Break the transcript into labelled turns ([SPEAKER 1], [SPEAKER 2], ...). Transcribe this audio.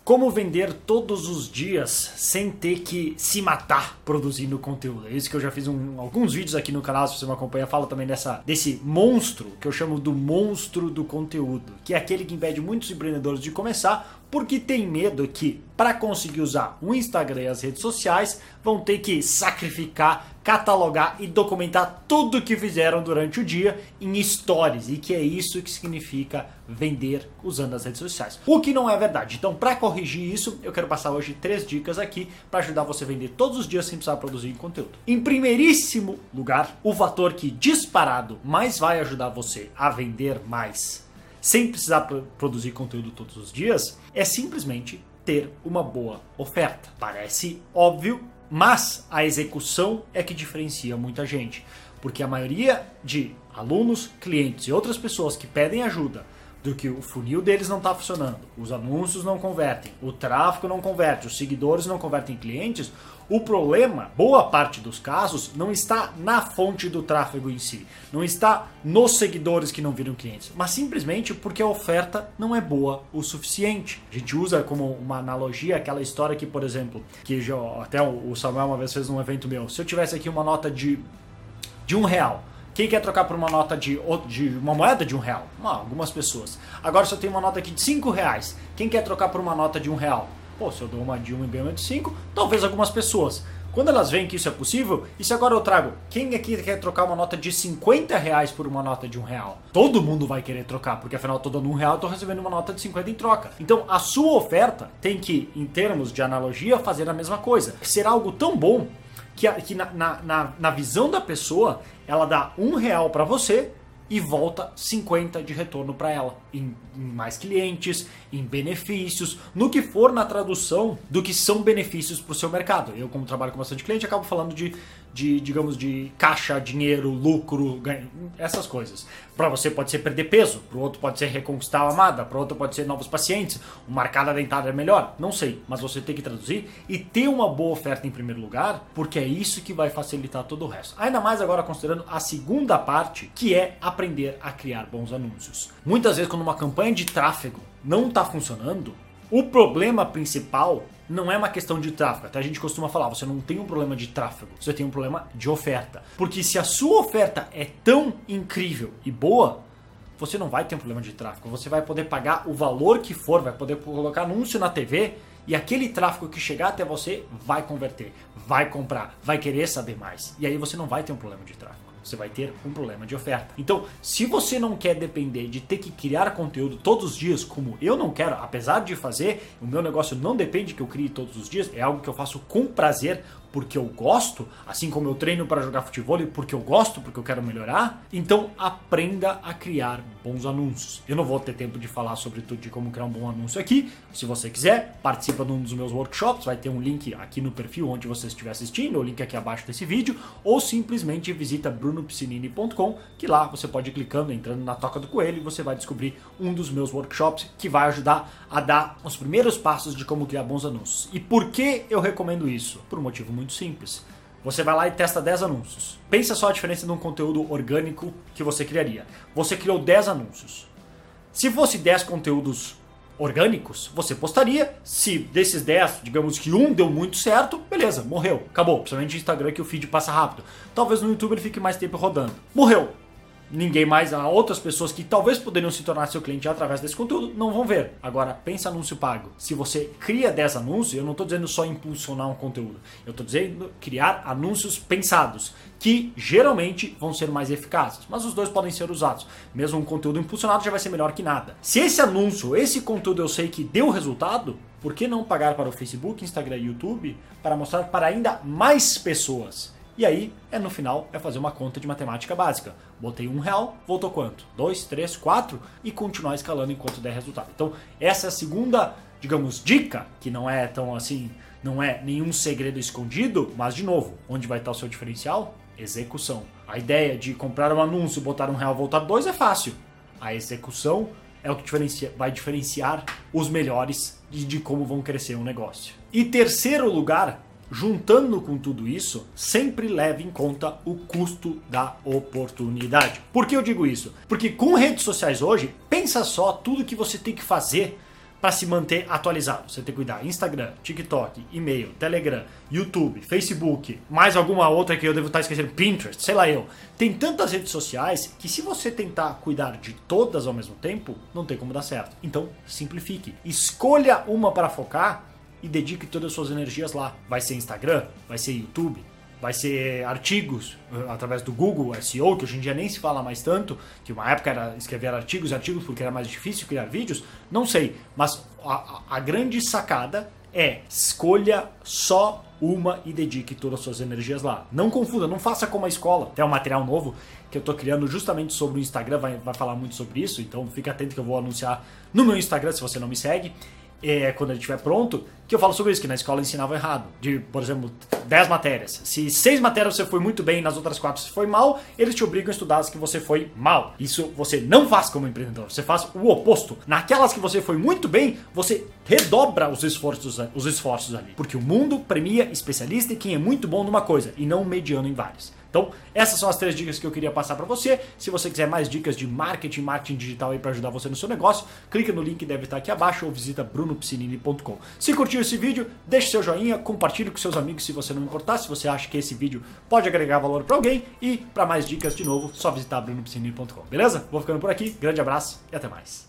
[SPEAKER 1] Como vender todos os dias sem ter que se matar produzindo conteúdo. É isso que eu já fiz alguns vídeos aqui no canal, se você me acompanha, falo também desse monstro, que eu chamo do monstro do conteúdo, que é aquele que impede muitos empreendedores de começar, porque tem medo que, para conseguir usar o Instagram e as redes sociais, vão ter que sacrificar, catalogar e documentar tudo que fizeram durante o dia em stories, e que é isso que significa vender usando as redes sociais. O que não é verdade. Então, para corrigir isso, eu quero passar hoje 3 dicas aqui para ajudar você a vender todos os dias sem precisar produzir conteúdo. Em primeiríssimo lugar, o fator que disparado mais vai ajudar você a vender mais sem precisar produzir conteúdo todos os dias, é simplesmente ter uma boa oferta. Parece óbvio, mas a execução é que diferencia muita gente. Porque a maioria de alunos, clientes e outras pessoas que pedem ajuda do que o funil deles não está funcionando, os anúncios não convertem, o tráfego não converte, os seguidores não convertem em clientes, o problema, boa parte dos casos, não está na fonte do tráfego em si, não está nos seguidores que não viram clientes, mas simplesmente porque a oferta não é boa o suficiente. A gente usa como uma analogia aquela história que, por exemplo, que até o Samuel uma vez fez num evento meu, se eu tivesse aqui uma nota de R$1, quem quer trocar por uma nota de uma moeda de R$1? Algumas pessoas. Agora se eu tenho uma nota aqui de R$5, quem quer trocar por uma nota de R$1? Pô, se eu dou uma de 1 e ganho uma de 5, talvez algumas pessoas. Quando elas veem que isso é possível, e se agora eu trago, quem aqui quer trocar uma nota de R$50 por uma nota de R$1? Todo mundo vai querer trocar, porque afinal eu tô dando R$1 e tô recebendo uma nota de 50 em troca. Então a sua oferta tem que, em termos de analogia, fazer a mesma coisa. Ser algo tão bom que na visão da pessoa, ela dá R$1 para você e volta 50 de retorno para ela, em mais clientes, em benefícios, no que for na tradução do que são benefícios para o seu mercado. Eu, como trabalho com bastante cliente, acabo falando digamos, de caixa, dinheiro, lucro, ganho, essas coisas. Para você pode ser perder peso, para o outro pode ser reconquistar a amada, para o outro pode ser novos pacientes, uma arcada dentária é melhor, não sei, mas você tem que traduzir e ter uma boa oferta em primeiro lugar, porque é isso que vai facilitar todo o resto. Ainda mais agora considerando a segunda parte, que é aprender a criar bons anúncios. Muitas vezes quando uma campanha de tráfego não está funcionando, o problema principal não é uma questão de tráfego. Até a gente costuma falar, você não tem um problema de tráfego, você tem um problema de oferta. Porque se a sua oferta é tão incrível e boa, você não vai ter um problema de tráfego. Você vai poder pagar o valor que for, vai poder colocar anúncio na TV e aquele tráfego que chegar até você vai converter, vai comprar, vai querer saber mais. E aí você não vai ter um problema de tráfego. Você vai ter um problema de oferta. Então, se você não quer depender de ter que criar conteúdo todos os dias, como eu não quero, apesar de fazer, o meu negócio não depende que eu crie todos os dias, é algo que eu faço com prazer, porque eu gosto, assim como eu treino para jogar futebol, porque eu gosto, porque eu quero melhorar. Então, aprenda a criar bons anúncios. Eu não vou ter tempo de falar sobre tudo de como criar um bom anúncio aqui. Se você quiser, participa de um dos meus workshops, vai ter um link aqui no perfil onde você estiver assistindo, o link aqui abaixo desse vídeo, ou simplesmente visita brunopiscinini.com, que lá você pode ir clicando, entrando na toca do coelho, e você vai descobrir um dos meus workshops que vai ajudar a dar os primeiros passos de como criar bons anúncios. E por que eu recomendo isso? Por um motivo muito simples. Você vai lá e testa 10 anúncios. Pensa só a diferença de um conteúdo orgânico que você criaria. Você criou 10 anúncios. Se fosse 10 conteúdos orgânicos, você postaria. Se desses 10, digamos que um deu muito certo, beleza, morreu, acabou. Principalmente no Instagram, que o feed passa rápido. Talvez no YouTube ele fique mais tempo rodando. Morreu. Ninguém mais, outras pessoas que talvez poderiam se tornar seu cliente através desse conteúdo, não vão ver. Agora, pensa anúncio pago. Se você cria 10 anúncios, eu não estou dizendo só impulsionar um conteúdo. Eu estou dizendo criar anúncios pensados, que geralmente vão ser mais eficazes. Mas os dois podem ser usados. Mesmo um conteúdo impulsionado já vai ser melhor que nada. Se esse anúncio, esse conteúdo eu sei que deu resultado, por que não pagar para o Facebook, Instagram e YouTube para mostrar para ainda mais pessoas? E aí, no final, é fazer uma conta de matemática básica. Botei R$1, voltou quanto? 2, 3, 4 e continuar escalando enquanto der resultado. Então, essa é a segunda, digamos, dica, que não é tão assim, não é nenhum segredo escondido, mas de novo, onde vai estar o seu diferencial? Execução. A ideia de comprar um anúncio, botar R$1, voltar 2 é fácil. A execução é o que vai diferenciar os melhores de como vão crescer um negócio. E terceiro lugar, juntando com tudo isso, sempre leve em conta o custo da oportunidade. Por que eu digo isso? Porque com redes sociais hoje, pensa só tudo que você tem que fazer para se manter atualizado. Você tem que cuidar Instagram, TikTok, e-mail, Telegram, YouTube, Facebook, mais alguma outra que eu devo estar esquecendo, Pinterest, sei lá eu. Tem tantas redes sociais que se você tentar cuidar de todas ao mesmo tempo, não tem como dar certo. Então, simplifique. Escolha uma para focar e dedique todas as suas energias lá. Vai ser Instagram, vai ser YouTube, vai ser artigos através do Google SEO, que hoje em dia nem se fala mais tanto, que uma época era escrever artigos porque era mais difícil criar vídeos, não sei, mas a grande sacada é escolha só uma e dedique todas as suas energias lá. Não confunda, não faça como a escola. Tem um material novo que eu tô criando justamente sobre o Instagram, vai falar muito sobre isso, então fica atento que eu vou anunciar no meu Instagram se você não me segue. Quando ele estiver pronto, que eu falo sobre isso, que na escola ensinava errado. De, por exemplo, 10 matérias. Se 6 matérias você foi muito bem e nas outras 4 você foi mal, eles te obrigam a estudar as que você foi mal. Isso você não faz como empreendedor, você faz o oposto. Naquelas que você foi muito bem, você redobra os esforços ali. Porque o mundo premia especialista e quem é muito bom numa coisa, e não mediano em várias. Então, essas são as 3 dicas que eu queria passar para você. Se você quiser mais dicas de marketing digital aí para ajudar você no seu negócio, clica no link que deve estar aqui abaixo ou visita brunopsinini.com. Se curtiu esse vídeo, deixe seu joinha, compartilhe com seus amigos se você não importar, se você acha que esse vídeo pode agregar valor para alguém. E para mais dicas, de novo, só visitar brunopsinini.com. Beleza? Vou ficando por aqui, grande abraço e até mais.